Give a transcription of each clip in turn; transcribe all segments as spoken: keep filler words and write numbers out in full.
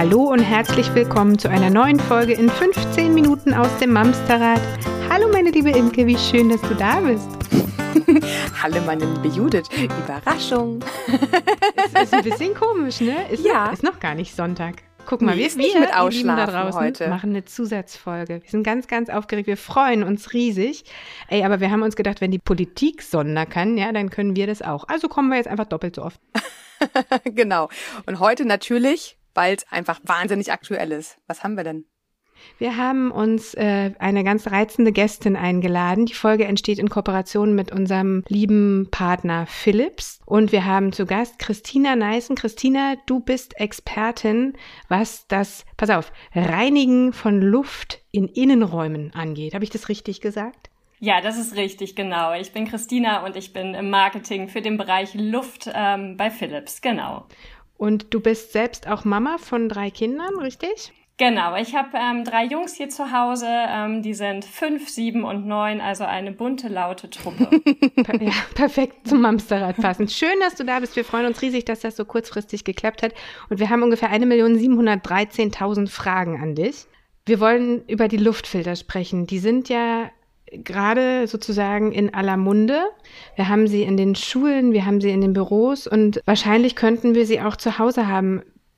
Hallo und herzlich willkommen zu einer neuen Folge in fünfzehn Minuten aus dem Mamsterrad. Hallo meine liebe Imke, wie schön, dass du da bist. Hallo meine liebe Judith, Überraschung. Es ist ein bisschen komisch, ne? Ist, ja. Ist noch gar nicht Sonntag. Guck mal, nee, wir, wir wir mit die Lieben da draußen heute. machen eine Zusatzfolge. Wir sind ganz, ganz aufgeregt. Wir freuen uns riesig. Ey, aber wir haben uns gedacht, wenn die Politik Sonder kann, ja, dann können wir das auch. Also kommen wir jetzt einfach doppelt so oft. Genau. Und heute natürlich, weil es einfach wahnsinnig aktuell ist. Was haben wir denn? Wir haben uns äh, eine ganz reizende Gästin eingeladen. Die Folge entsteht in Kooperation mit unserem lieben Partner Philips. Und wir haben zu Gast Christina Neißen. Christina, du bist Expertin, was das, pass auf, Reinigen von Luft in Innenräumen angeht. Habe ich das richtig gesagt? Ja, das ist richtig, genau. Ich bin Christina und ich bin im Marketing für den Bereich Luft ähm, bei Philips, genau. Und du bist selbst auch Mama von drei Kindern, richtig? Genau, ich habe ähm, drei Jungs hier zu Hause, ähm, die sind fünf, sieben und neun, also eine bunte, laute Truppe. Ja, perfekt zum Mamsterrad passend. Schön, dass du da bist. Wir freuen uns riesig, dass das so kurzfristig geklappt hat. Und wir haben ungefähr eine Million siebenhundertdreizehntausend Fragen an dich. Wir wollen über die Luftfilter sprechen. Die sind ja gerade sozusagen in aller Munde. Wir haben sie in den Schulen, wir haben sie in den Büros und wahrscheinlich könnten wir sie auch zu Hause haben.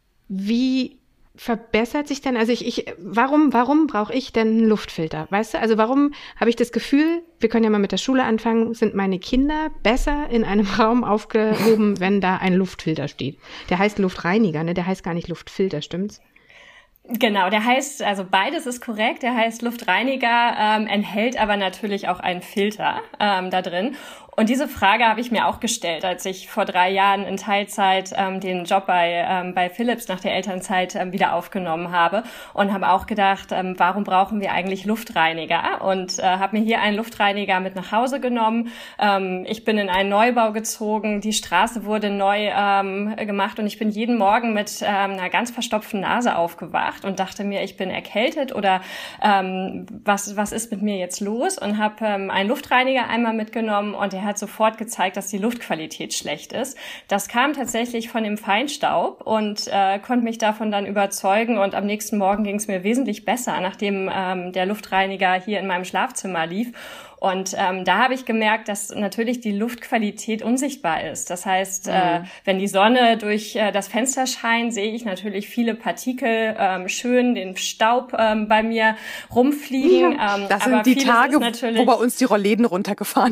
Wie verbessert sich denn, also ich, ich warum, warum brauche ich denn einen Luftfilter? Weißt du, also warum habe ich das Gefühl, wir können ja mal mit der Schule anfangen, sind meine Kinder besser in einem Raum aufgehoben, wenn da ein Luftfilter steht? Der heißt Luftreiniger, ne? Der heißt gar nicht Luftfilter, stimmt's? Genau, der heißt, also beides ist korrekt, der heißt Luftreiniger, ähm, enthält aber natürlich auch einen Filter ähm, da drin. Und diese Frage habe ich mir auch gestellt, als ich vor drei Jahren in Teilzeit ähm, den Job bei ähm, bei Philips nach der Elternzeit ähm, wieder aufgenommen habe und habe auch gedacht, ähm, warum brauchen wir eigentlich Luftreiniger? Und äh, habe mir hier einen Luftreiniger mit nach Hause genommen. Ähm, ich bin in einen Neubau gezogen, die Straße wurde neu ähm, gemacht und ich bin jeden Morgen mit ähm, einer ganz verstopften Nase aufgewacht und dachte mir, ich bin erkältet oder ähm, was was ist mit mir jetzt los? Und habe ähm, einen Luftreiniger einmal mitgenommen und der hat sofort gezeigt, dass die Luftqualität schlecht ist. Das kam tatsächlich von dem Feinstaub und äh, konnte mich davon dann überzeugen und am nächsten Morgen ging es mir wesentlich besser, nachdem ähm, der Luftreiniger hier in meinem Schlafzimmer lief. Und ähm, da habe ich gemerkt, dass natürlich die Luftqualität unsichtbar ist. Das heißt, mhm. äh, wenn die Sonne durch äh, das Fenster scheint, sehe ich natürlich viele Partikel, ähm, schön den Staub ähm, bei mir rumfliegen. Ja, ähm, das aber sind die Tage, wo bei uns die Rollläden runtergefahren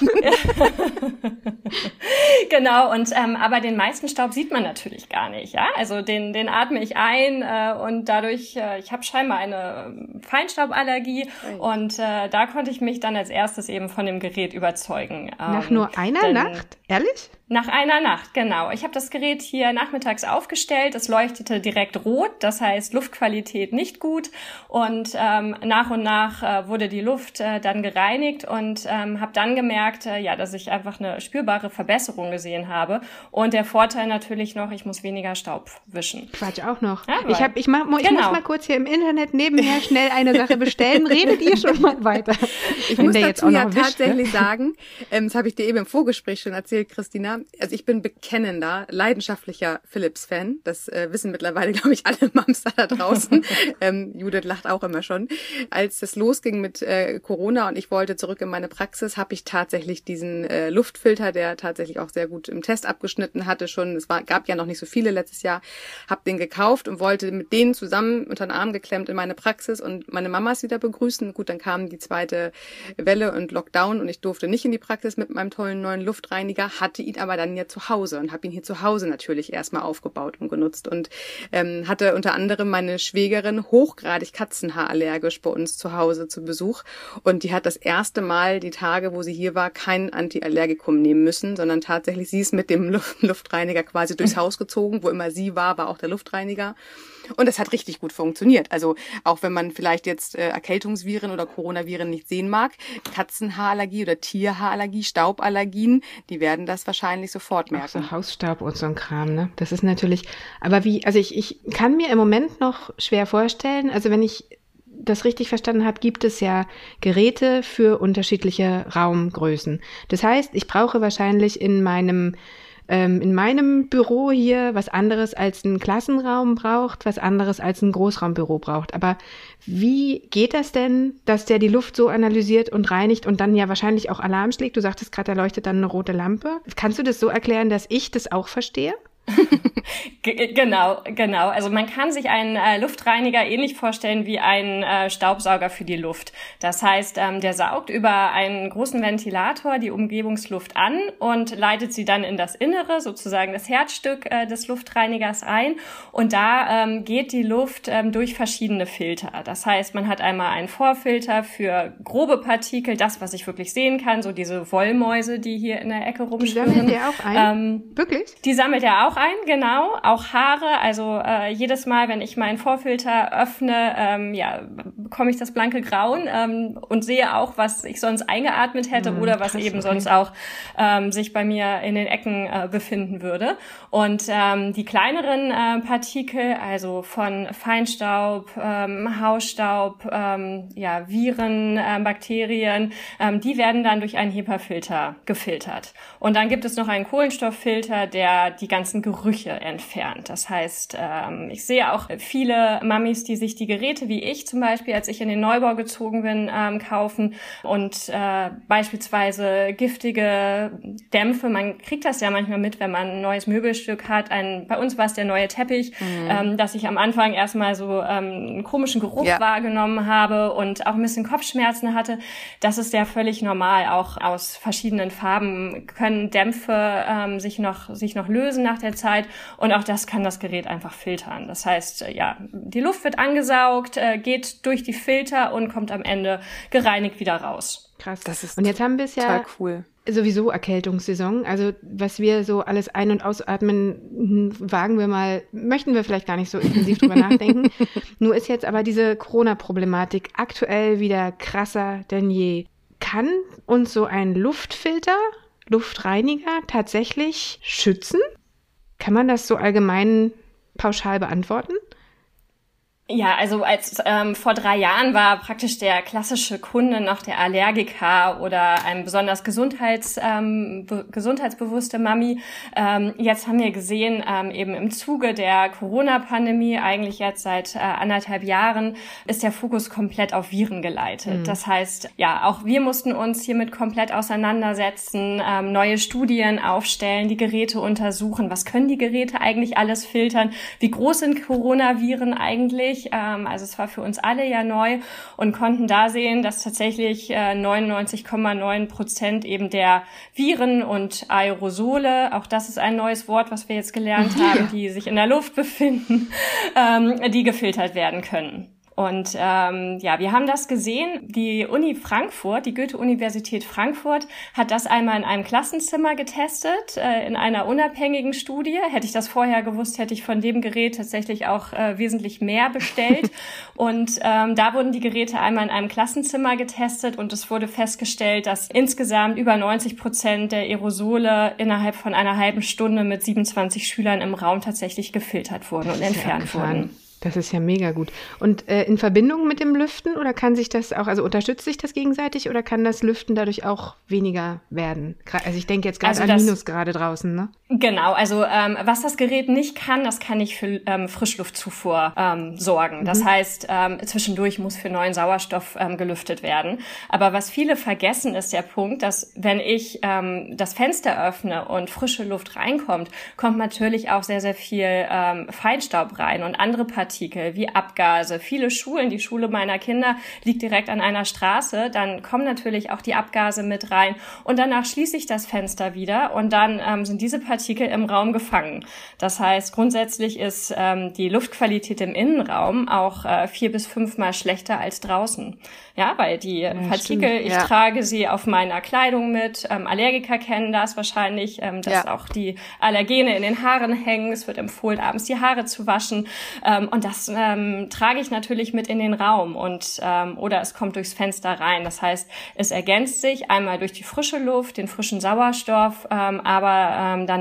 werden. Genau, und ähm, aber den meisten Staub sieht man natürlich gar nicht. Ja, also den den atme ich ein äh, und dadurch, äh, ich habe scheinbar eine Feinstauballergie mhm. und äh, da konnte ich mich dann als erstes eben von dem Gerät überzeugen. Nach ähm, nur einer denn, Nacht? Ehrlich? Nach einer Nacht, genau. Ich habe das Gerät hier nachmittags aufgestellt. Es leuchtete direkt rot, das heißt Luftqualität nicht gut. Und ähm, nach und nach äh, wurde die Luft äh, dann gereinigt und ähm, habe dann gemerkt, äh, ja, dass ich einfach eine spürbare Verbesserung gesehen habe. Und der Vorteil natürlich noch, ich muss weniger Staub wischen. Quatsch, auch noch. Ja, ich hab, ich, mach, ich genau. muss mal kurz hier im Internet nebenher schnell eine Sache bestellen. Redet ihr schon mal weiter? Ich Wenn muss dazu jetzt auch ja noch tatsächlich wischt, sagen, ähm, das habe ich dir eben im Vorgespräch schon erzählt, Christina. Also ich bin bekennender, leidenschaftlicher Philips-Fan. Das äh, wissen mittlerweile, glaube ich, alle Mamster da draußen. ähm, Judith lacht auch immer schon. Als es losging mit äh, Corona und ich wollte zurück in meine Praxis, habe ich tatsächlich diesen äh, Luftfilter, der tatsächlich auch sehr gut im Test abgeschnitten hatte schon. Es war, gab ja noch nicht so viele letztes Jahr. Habe den gekauft und wollte mit denen zusammen unter den Arm geklemmt in meine Praxis und meine Mamas wieder begrüßen. Gut, dann kam die zweite Welle und Lockdown und ich durfte nicht in die Praxis mit meinem tollen neuen Luftreiniger, hatte ihn aber dann ja zu Hause und habe ihn hier zu Hause natürlich erstmal aufgebaut und genutzt und ähm, hatte unter anderem meine Schwägerin hochgradig katzenhaarallergisch bei uns zu Hause zu Besuch und die hat das erste Mal die Tage, wo sie hier war, kein Antiallergikum nehmen müssen, sondern tatsächlich sie ist mit dem Luft- Luftreiniger quasi durchs Haus gezogen, wo immer sie war, war auch der Luftreiniger. Und es hat richtig gut funktioniert. Also auch wenn man vielleicht jetzt äh, Erkältungsviren oder Coronaviren nicht sehen mag, Katzenhaarallergie oder Tierhaarallergie, Stauballergien, die werden das wahrscheinlich sofort merken. Auch so Hausstaub und so ein Kram, ne? Das ist natürlich, aber wie, also ich, ich kann mir im Moment noch schwer vorstellen, also wenn ich das richtig verstanden habe, gibt es ja Geräte für unterschiedliche Raumgrößen. Das heißt, ich brauche wahrscheinlich in meinem ähm, in meinem Büro hier was anderes als ein Klassenraum braucht, was anderes als ein Großraumbüro braucht. Aber wie geht das denn, dass der die Luft so analysiert und reinigt und dann ja wahrscheinlich auch Alarm schlägt? Du sagtest gerade, da leuchtet dann eine rote Lampe. Kannst du das so erklären, dass ich das auch verstehe? G- genau, genau. Also man kann sich einen äh, Luftreiniger ähnlich vorstellen wie einen äh, Staubsauger für die Luft. Das heißt, ähm, der saugt über einen großen Ventilator die Umgebungsluft an und leitet sie dann in das Innere, sozusagen das Herzstück äh, des Luftreinigers ein. Und da ähm, geht die Luft ähm, durch verschiedene Filter. Das heißt, man hat einmal einen Vorfilter für grobe Partikel, das, was ich wirklich sehen kann, so diese Wollmäuse, die hier in der Ecke rumschwimmen. Die sammelt er auch ein? Ähm, wirklich? Die sammelt er auch ein, genau. Auch Haare, also äh, jedes Mal, wenn ich meinen Vorfilter öffne, ähm, ja, bekomme ich das blanke Grauen ähm, und sehe auch, was ich sonst eingeatmet hätte mhm, oder was krass, eben okay. sonst auch ähm, sich bei mir in den Ecken äh, befinden würde. Und ähm, die kleineren äh, Partikel, also von Feinstaub, ähm, Hausstaub, ähm, ja, Viren, äh, Bakterien, ähm, die werden dann durch einen HEPA-Filter gefiltert. Und dann gibt es noch einen Kohlenstofffilter, der die ganzen Gerüche entfernt. Das heißt, ähm, ich sehe auch viele Mamis, die sich die Geräte, wie ich zum Beispiel, als ich in den Neubau gezogen bin, ähm, kaufen und äh, beispielsweise giftige Dämpfe. Man kriegt das ja manchmal mit, wenn man ein neues Möbelstück hat. Ein, bei uns war es der neue Teppich, mhm. ähm, dass ich am Anfang erstmal so ähm, einen komischen Geruch ja. wahrgenommen habe und auch ein bisschen Kopfschmerzen hatte. Das ist ja völlig normal. Auch aus verschiedenen Farben können Dämpfe ähm, sich noch sich noch lösen nach der Zeit. Und auch das kann das Gerät einfach filtern. Das heißt, ja, die Luft wird angesaugt, äh, geht durch die Filter und kommt am Ende gereinigt wieder raus. Krass. Das ist und jetzt haben wir es ja total cool. Sowieso Erkältungssaison. Also was wir so alles ein- und ausatmen, wagen wir mal, möchten wir vielleicht gar nicht so intensiv drüber nachdenken. Nur ist jetzt aber diese Corona-Problematik aktuell wieder krasser denn je. Kann uns so ein Luftfilter, Luftreiniger tatsächlich schützen? Kann man das so allgemein pauschal beantworten? Ja, also als ähm, vor drei Jahren war praktisch der klassische Kunde noch der Allergiker oder ein besonders gesundheits, ähm, be- gesundheitsbewusste Mami. Ähm, jetzt haben wir gesehen, ähm, eben im Zuge der Corona-Pandemie, eigentlich jetzt seit äh, anderthalb Jahren, ist der Fokus komplett auf Viren geleitet. Mhm. Das heißt, ja, auch wir mussten uns hiermit komplett auseinandersetzen, ähm, neue Studien aufstellen, die Geräte untersuchen. Was können die Geräte eigentlich alles filtern? Wie groß sind Coronaviren eigentlich? Also es war für uns alle ja neu und konnten da sehen, dass tatsächlich neunundneunzig Komma neun Prozent eben der Viren und Aerosole, auch das ist ein neues Wort, was wir jetzt gelernt haben, die sich in der Luft befinden, die gefiltert werden können. Und ähm, ja, wir haben das gesehen. Die Uni Frankfurt, die Goethe-Universität Frankfurt, hat das einmal in einem Klassenzimmer getestet, äh, in einer unabhängigen Studie. Hätte ich das vorher gewusst, hätte ich von dem Gerät tatsächlich auch äh, wesentlich mehr bestellt. Und ähm, da wurden die Geräte einmal in einem Klassenzimmer getestet und es wurde festgestellt, dass insgesamt über neunzig Prozent der Aerosole innerhalb von einer halben Stunde mit siebenundzwanzig Schülern im Raum tatsächlich gefiltert wurden und entfernt wurden. Das ist ja mega gut. Und äh, in Verbindung mit dem Lüften oder kann sich das auch, also unterstützt sich das gegenseitig oder kann das Lüften dadurch auch weniger werden? Also ich denke jetzt gerade also an Minusgrade draußen, ne? Genau, also ähm, was das Gerät nicht kann, das kann nicht für ähm, Frischluftzufuhr ähm, sorgen. Das mhm. heißt, ähm, zwischendurch muss für neuen Sauerstoff ähm, gelüftet werden. Aber was viele vergessen, ist der Punkt, dass wenn ich ähm, das Fenster öffne und frische Luft reinkommt, kommt natürlich auch sehr, sehr viel ähm, Feinstaub rein und andere Partikel. Partikel, wie Abgase. Viele Schulen, die Schule meiner Kinder liegt direkt an einer Straße, dann kommen natürlich auch die Abgase mit rein und danach schließe ich das Fenster wieder und dann ähm, sind diese Partikel im Raum gefangen. Das heißt, grundsätzlich ist ähm, die Luftqualität im Innenraum auch äh, vier bis fünfmal schlechter als draußen. Ja, weil die ja, Partikel, stimmt. ich ja. trage sie auf meiner Kleidung mit. Ähm, Allergiker kennen das wahrscheinlich, ähm, dass ja. auch die Allergene in den Haaren hängen. Es wird empfohlen, abends die Haare zu waschen. Ähm, und das ähm, trage ich natürlich mit in den Raum und ähm, oder es kommt durchs Fenster rein. Das heißt, es ergänzt sich einmal durch die frische Luft, den frischen Sauerstoff, ähm, aber ähm, dann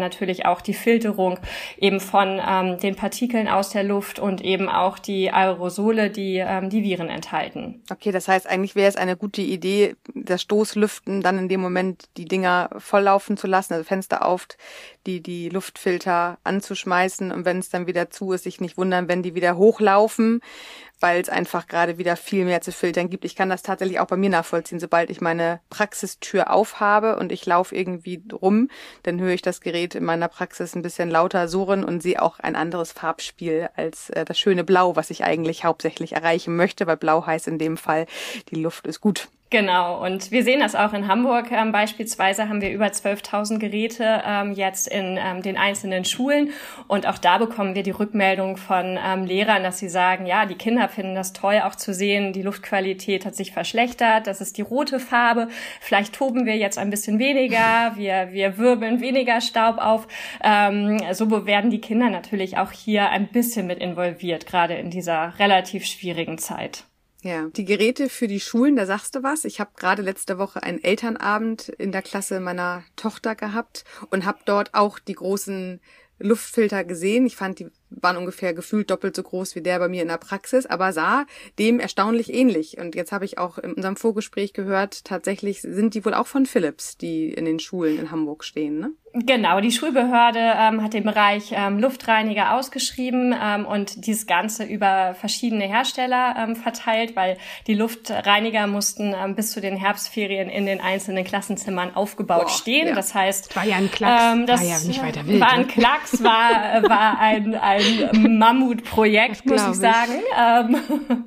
natürlich auch die Filterung eben von ähm, den Partikeln aus der Luft und eben auch die Aerosole, die ähm, die Viren enthalten. Okay, das heißt, eigentlich wäre es eine gute Idee, das Stoßlüften dann in dem Moment die Dinger volllaufen zu lassen, also Fenster auf, die die Luftfilter anzuschmeißen und wenn es dann wieder zu ist, sich nicht wundern, wenn die wieder hochlaufen, weil es einfach gerade wieder viel mehr zu filtern gibt. Ich kann das tatsächlich auch bei mir nachvollziehen. Sobald ich meine Praxistür aufhabe und ich laufe irgendwie rum, dann höre ich das Gerät in meiner Praxis ein bisschen lauter surren und sehe auch ein anderes Farbspiel als äh, das schöne Blau, was ich eigentlich hauptsächlich erreichen möchte, weil Blau heißt in dem Fall, die Luft ist gut. Genau, und wir sehen das auch in Hamburg. Ähm, beispielsweise haben wir über zwölftausend Geräte ähm, jetzt in ähm, den einzelnen Schulen. Und auch da bekommen wir die Rückmeldung von ähm, Lehrern, dass sie sagen, ja, die Kinder finden das toll auch zu sehen, die Luftqualität hat sich verschlechtert, das ist die rote Farbe. Vielleicht toben wir jetzt ein bisschen weniger, wir wir wirbeln weniger Staub auf. Ähm, so werden die Kinder natürlich auch hier ein bisschen mit involviert, gerade in dieser relativ schwierigen Zeit. Ja, die Geräte für die Schulen, da sagst du was. Ich habe gerade letzte Woche einen Elternabend in der Klasse meiner Tochter gehabt und habe dort auch die großen Luftfilter gesehen. Ich fand, die waren ungefähr gefühlt doppelt so groß wie der bei mir in der Praxis, aber sah dem erstaunlich ähnlich. Und jetzt habe ich auch in unserem Vorgespräch gehört, tatsächlich sind die wohl auch von Philips, die in den Schulen in Hamburg stehen, ne? Genau, die Schulbehörde ähm, hat den Bereich ähm, Luftreiniger ausgeschrieben ähm, und dieses Ganze über verschiedene Hersteller ähm, verteilt, weil die Luftreiniger mussten ähm, bis zu den Herbstferien in den einzelnen Klassenzimmern aufgebaut Boah, stehen. Ja. Das heißt, war ja ein Klacks, ähm, das war ja nicht weiter wild. War ein Klacks, war, war ein, ein Mammutprojekt, muss ich sagen. Ähm,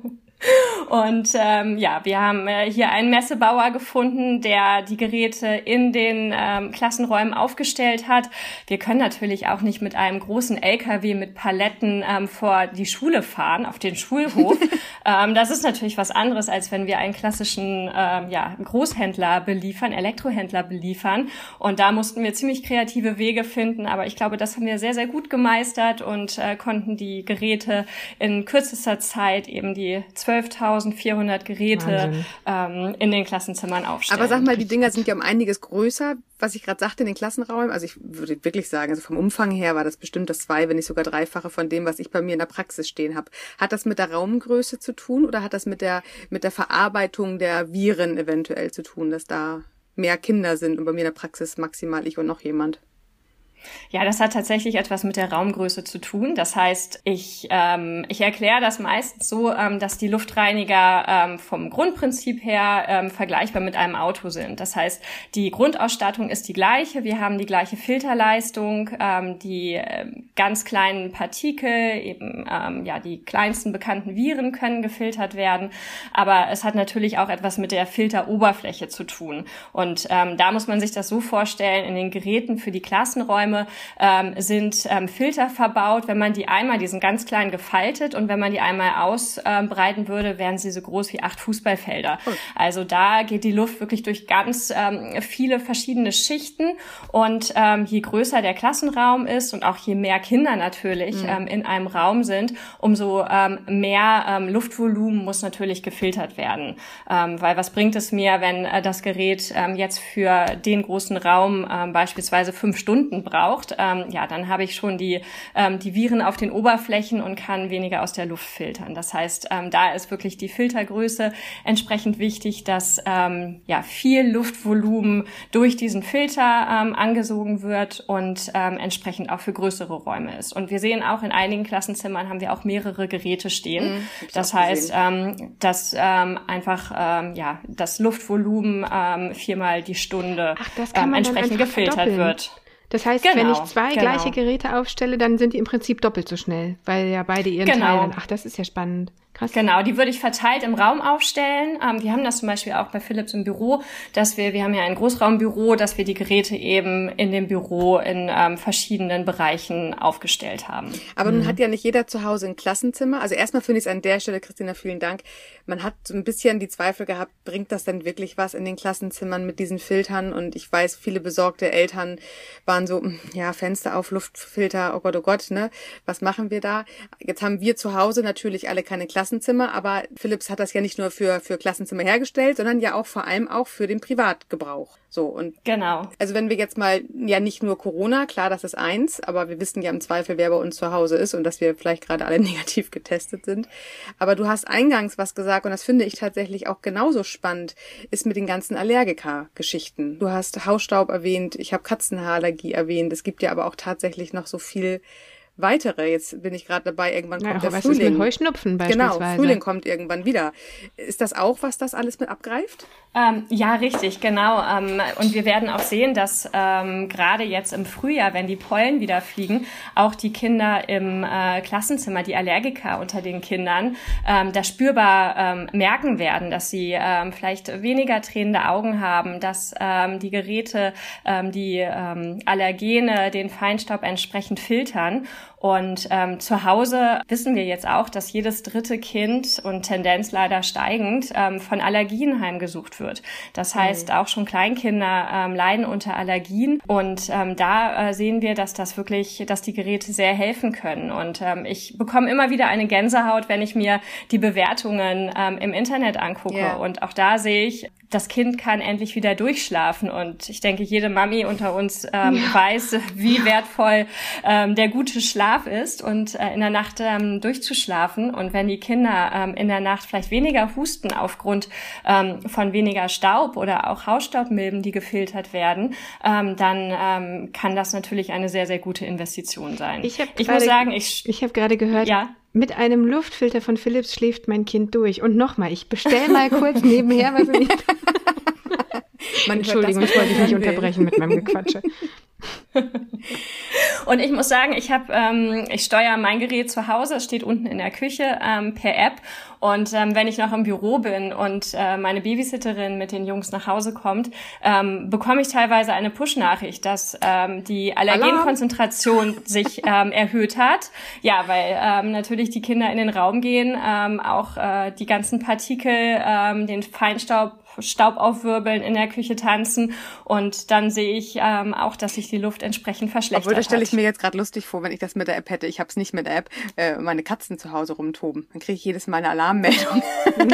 Und ähm, ja, wir haben äh, hier einen Messebauer gefunden, der die Geräte in den ähm, Klassenräumen aufgestellt hat. Wir können natürlich auch nicht mit einem großen L K W mit Paletten ähm, vor die Schule fahren, auf den Schulhof. ähm, das ist natürlich was anderes, als wenn wir einen klassischen ähm, ja, Großhändler beliefern, Elektrohändler beliefern. Und da mussten wir ziemlich kreative Wege finden, aber ich glaube, das haben wir sehr, sehr gut gemeistert und äh, konnten die Geräte in kürzester Zeit eben die zwölftausendvierhundert Geräte ähm, in den Klassenzimmern aufstellen. Aber sag mal, die Dinger sind ja um einiges größer, was ich gerade sagte, in den Klassenräumen. Also ich würde wirklich sagen, also vom Umfang her war das bestimmt das zwei, wenn nicht sogar dreifache von dem, was ich bei mir in der Praxis stehen habe. Hat das mit der Raumgröße zu tun oder hat das mit der mit der Verarbeitung der Viren eventuell zu tun, dass da mehr Kinder sind und bei mir in der Praxis maximal ich und noch jemand? Ja, das hat tatsächlich etwas mit der Raumgröße zu tun. Das heißt, ich ähm, ich erkläre das meistens so, ähm, dass die Luftreiniger ähm, vom Grundprinzip her ähm, vergleichbar mit einem Auto sind. Das heißt, die Grundausstattung ist die gleiche. Wir haben die gleiche Filterleistung, ähm, die äh, ganz kleinen Partikel, eben ähm, ja die kleinsten bekannten Viren können gefiltert werden. Aber es hat natürlich auch etwas mit der Filteroberfläche zu tun. Und ähm, da muss man sich das so vorstellen: In den Geräten für die Klassenräume Ähm, sind ähm, Filter verbaut. Wenn man die einmal, die sind ganz klein gefaltet, und wenn man die einmal ausbreiten ähm, würde, wären sie so groß wie acht Fußballfelder. Oh. Also da geht die Luft wirklich durch ganz ähm, viele verschiedene Schichten, und ähm, je größer der Klassenraum ist und auch je mehr Kinder natürlich mhm. ähm, in einem Raum sind, umso ähm, mehr ähm, Luftvolumen muss natürlich gefiltert werden. Ähm, weil was bringt es mir, wenn äh, das Gerät ähm, jetzt für den großen Raum ähm, beispielsweise fünf Stunden braucht? Ähm, ja, dann habe ich schon die ähm, die Viren auf den Oberflächen und kann weniger aus der Luft filtern. Das heißt, ähm, da ist wirklich die Filtergröße entsprechend wichtig, dass ähm, ja viel Luftvolumen durch diesen Filter ähm, angesogen wird und ähm, entsprechend auch für größere Räume ist. Und wir sehen auch, in einigen Klassenzimmern haben wir auch mehrere Geräte stehen. Mhm, das heißt, ähm, dass ähm, einfach ähm, ja das Luftvolumen ähm, viermal die Stunde Ach, das kann ähm, man entsprechend gefiltert verdoppeln. wird. Das heißt, genau, wenn ich zwei genau. gleiche Geräte aufstelle, dann sind die im Prinzip doppelt so schnell, weil ja beide ihren genau. Teil dann, ach, das ist ja spannend. Krass. Genau, die würde ich verteilt im Raum aufstellen. Ähm, wir haben das zum Beispiel auch bei Philips im Büro, dass wir, wir haben ja ein Großraumbüro, dass wir die Geräte eben in dem Büro in ähm, verschiedenen Bereichen aufgestellt haben. Aber mhm. nun hat ja nicht jeder zu Hause ein Klassenzimmer. Also erstmal finde ich es an der Stelle, Christina, vielen Dank. Man hat so ein bisschen die Zweifel gehabt, bringt das denn wirklich was in den Klassenzimmern mit diesen Filtern? Und ich weiß, viele besorgte Eltern waren so, ja, Fenster auf, Luftfilter, oh Gott, oh Gott, ne? Was machen wir da? Jetzt haben wir zu Hause natürlich alle keine Klassenzimmer. Klassenzimmer, aber Philips hat das ja nicht nur für, für Klassenzimmer hergestellt, sondern ja auch vor allem auch für den Privatgebrauch. So, und genau. Also wenn wir jetzt mal, ja nicht nur Corona, klar, das ist eins, aber wir wissen ja im Zweifel, wer bei uns zu Hause ist und dass wir vielleicht gerade alle negativ getestet sind. Aber du hast eingangs was gesagt und das finde ich tatsächlich auch genauso spannend, ist mit den ganzen Allergiker-Geschichten. Du hast Hausstaub erwähnt, ich habe Katzenhaarallergie erwähnt, es gibt ja aber auch tatsächlich noch so viel weitere. Jetzt bin ich gerade dabei, irgendwann kommt ja, der was Frühling. Ist mit Heuschnupfen beispielsweise. Genau, Frühling kommt irgendwann wieder. Ist das auch, was das alles mit abgreift? Ähm, ja, richtig, genau. Ähm, und wir werden auch sehen, dass ähm, gerade jetzt im Frühjahr, wenn die Pollen wieder fliegen, auch die Kinder im äh, Klassenzimmer, die Allergiker unter den Kindern, ähm, das spürbar ähm, merken werden, dass sie ähm, vielleicht weniger tränende Augen haben, dass ähm, die Geräte ähm, die ähm, Allergene, den Feinstaub entsprechend filtern. Und ähm, zu Hause wissen wir jetzt auch, dass jedes dritte Kind und Tendenz leider steigend ähm, von Allergien heimgesucht wird. Das heißt, mhm. auch schon Kleinkinder ähm, leiden unter Allergien. Und ähm, da äh, sehen wir, dass das wirklich, dass die Geräte sehr helfen können. Und ähm, ich bekomme immer wieder eine Gänsehaut, wenn ich mir die Bewertungen ähm, im Internet angucke. Yeah. Und auch da sehe ich, das Kind kann endlich wieder durchschlafen. Und ich denke, jede Mami unter uns ähm, ja. weiß, wie wertvoll ähm, der gute Schlaf ist und äh, in der Nacht ähm, durchzuschlafen. Und wenn die Kinder ähm, in der Nacht vielleicht weniger husten aufgrund ähm, von weniger Staub oder auch Hausstaubmilben, die gefiltert werden, ähm, dann ähm, kann das natürlich eine sehr, sehr gute Investition sein. Ich, ich grade, muss sagen, ich, ich habe gerade gehört, ja? mit einem Luftfilter von Philips schläft mein Kind durch. Und nochmal, ich bestelle mal kurz nebenher, was ich... Entschuldigung, ich wollte dich nicht unterbrechen mit meinem Gequatsche. Und ich muss sagen, ich habe, ähm, ich steuere mein Gerät zu Hause, es steht unten in der Küche ähm, per App. Und ähm, wenn ich noch im Büro bin und äh, meine Babysitterin mit den Jungs nach Hause kommt, ähm, bekomme ich teilweise eine Push-Nachricht, dass ähm, die Allergenkonzentration sich ähm, erhöht hat. Ja, weil ähm, natürlich die Kinder in den Raum gehen, ähm, auch äh, die ganzen Partikel, ähm, den Feinstaub, Staub aufwirbeln, in der Küche tanzen und dann sehe ich ähm, auch, dass sich die Luft entsprechend verschlechtert Obwohl, das stelle ich hat. mir jetzt gerade lustig vor, wenn ich das mit der App hätte. Ich habe es nicht mit der App, äh, meine Katzen zu Hause rumtoben. Dann kriege ich jedes Mal eine Alarmmeldung.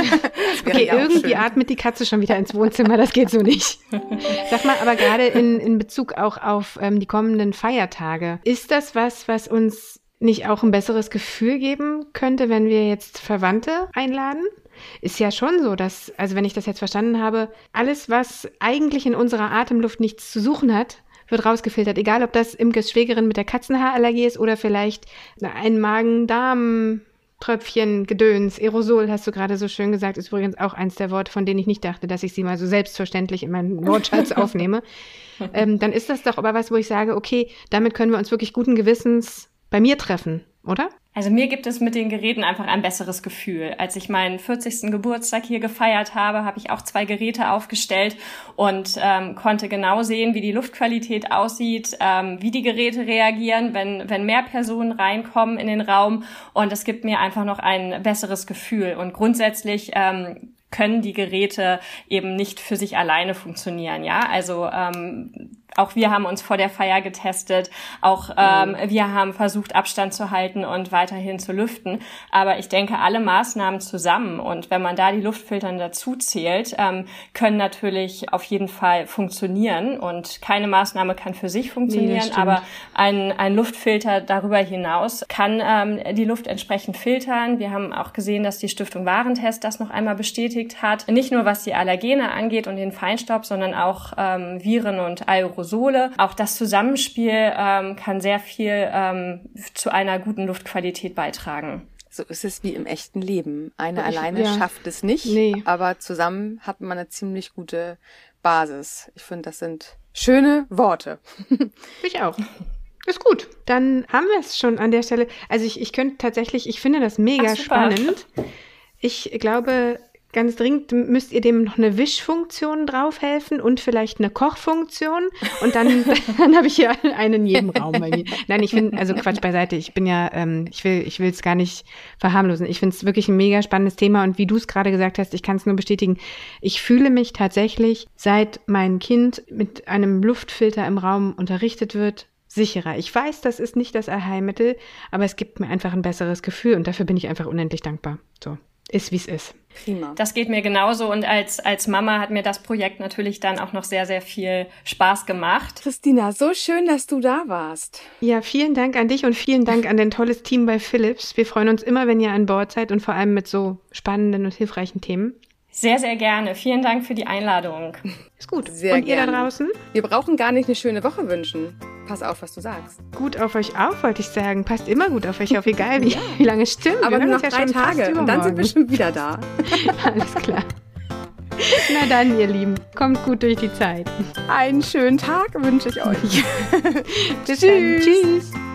Okay, ja irgendwie schön. Atmet die Katze schon wieder ins Wohnzimmer, das geht so nicht. Sag mal, aber gerade in, in Bezug auch auf ähm, die kommenden Feiertage, ist das was, was uns nicht auch ein besseres Gefühl geben könnte, wenn wir jetzt Verwandte einladen? Ist ja schon so, dass, also wenn ich das jetzt verstanden habe, alles, was eigentlich in unserer Atemluft nichts zu suchen hat, wird rausgefiltert. Egal, ob das Imkes Schwägerin mit der Katzenhaarallergie ist oder vielleicht ein Magen-Darm-Tröpfchen, Gedöns, Aerosol, hast du gerade so schön gesagt, ist übrigens auch eins der Worte, von denen ich nicht dachte, dass ich sie mal so selbstverständlich in meinen Wortschatz aufnehme. ähm, dann ist das doch aber was, wo ich sage, okay, damit können wir uns wirklich guten Gewissens bei mir treffen, oder? Also mir gibt es mit den Geräten einfach ein besseres Gefühl. Als ich meinen vierzigsten Geburtstag hier gefeiert habe, habe ich auch zwei Geräte aufgestellt und ähm, konnte genau sehen, wie die Luftqualität aussieht, ähm, wie die Geräte reagieren, wenn wenn mehr Personen reinkommen in den Raum. Und es gibt mir einfach noch ein besseres Gefühl. Und grundsätzlich ähm, können die Geräte eben nicht für sich alleine funktionieren, ja. Also ähm, auch wir haben uns vor der Feier getestet, auch ähm, mhm. wir haben versucht, Abstand zu halten und weiterhin zu lüften. Aber ich denke, alle Maßnahmen zusammen und wenn man da die Luftfiltern dazu zählt, ähm, können natürlich auf jeden Fall funktionieren. Und keine Maßnahme kann für sich funktionieren, nee, aber ein, ein Luftfilter darüber hinaus kann ähm, die Luft entsprechend filtern. Wir haben auch gesehen, dass die Stiftung Warentest das noch einmal bestätigt hat. Nicht nur was die Allergene angeht und den Feinstaub, sondern auch ähm, Viren und Aerosole. Auch das Zusammenspiel ähm, kann sehr viel ähm, zu einer guten Luftqualität beitragen. So ist es wie im echten Leben. Eine ich, alleine ja. schafft es nicht, nee. aber zusammen hat man eine ziemlich gute Basis. Ich finde, das sind schöne Worte. Ich auch. Ist gut. Dann haben wir es schon an der Stelle. Also ich, ich könnte tatsächlich, ich finde das mega Ach, spannend. Ich glaube, ganz dringend müsst ihr dem noch eine Wischfunktion draufhelfen und vielleicht eine Kochfunktion. Und dann, dann habe ich hier einen in jedem Raum bei mir. Nein, ich finde, also Quatsch beiseite. Ich bin ja, ähm, ich will ich will es gar nicht verharmlosen. Ich finde es wirklich ein mega spannendes Thema. Und wie du es gerade gesagt hast, ich kann es nur bestätigen. Ich fühle mich tatsächlich, seit mein Kind mit einem Luftfilter im Raum unterrichtet wird, sicherer. Ich weiß, das ist nicht das Allheilmittel, aber es gibt mir einfach ein besseres Gefühl und dafür bin ich einfach unendlich dankbar. So, ist wie es ist. Prima. Das geht mir genauso und als, als Mama hat mir das Projekt natürlich dann auch noch sehr, sehr viel Spaß gemacht. Christina, so schön, dass du da warst. Ja, vielen Dank an dich und vielen Dank an dein tolles Team bei Philips. Wir freuen uns immer, wenn ihr an Bord seid und vor allem mit so spannenden und hilfreichen Themen. Sehr, sehr gerne. Vielen Dank für die Einladung. Ist gut. Sehr und gerne. Ihr da draußen? Wir brauchen gar nicht eine schöne Woche wünschen. Pass auf, was du sagst. Gut auf euch auf, wollte ich sagen. Passt immer gut auf euch auf, egal wie, ja. wie lange es stimmt. Aber nur noch ja drei Tage und dann sind wir schon wieder da. Alles klar. Na dann, ihr Lieben, kommt gut durch die Zeit. Einen schönen Tag wünsche ich euch. Bis dann. Tschüss.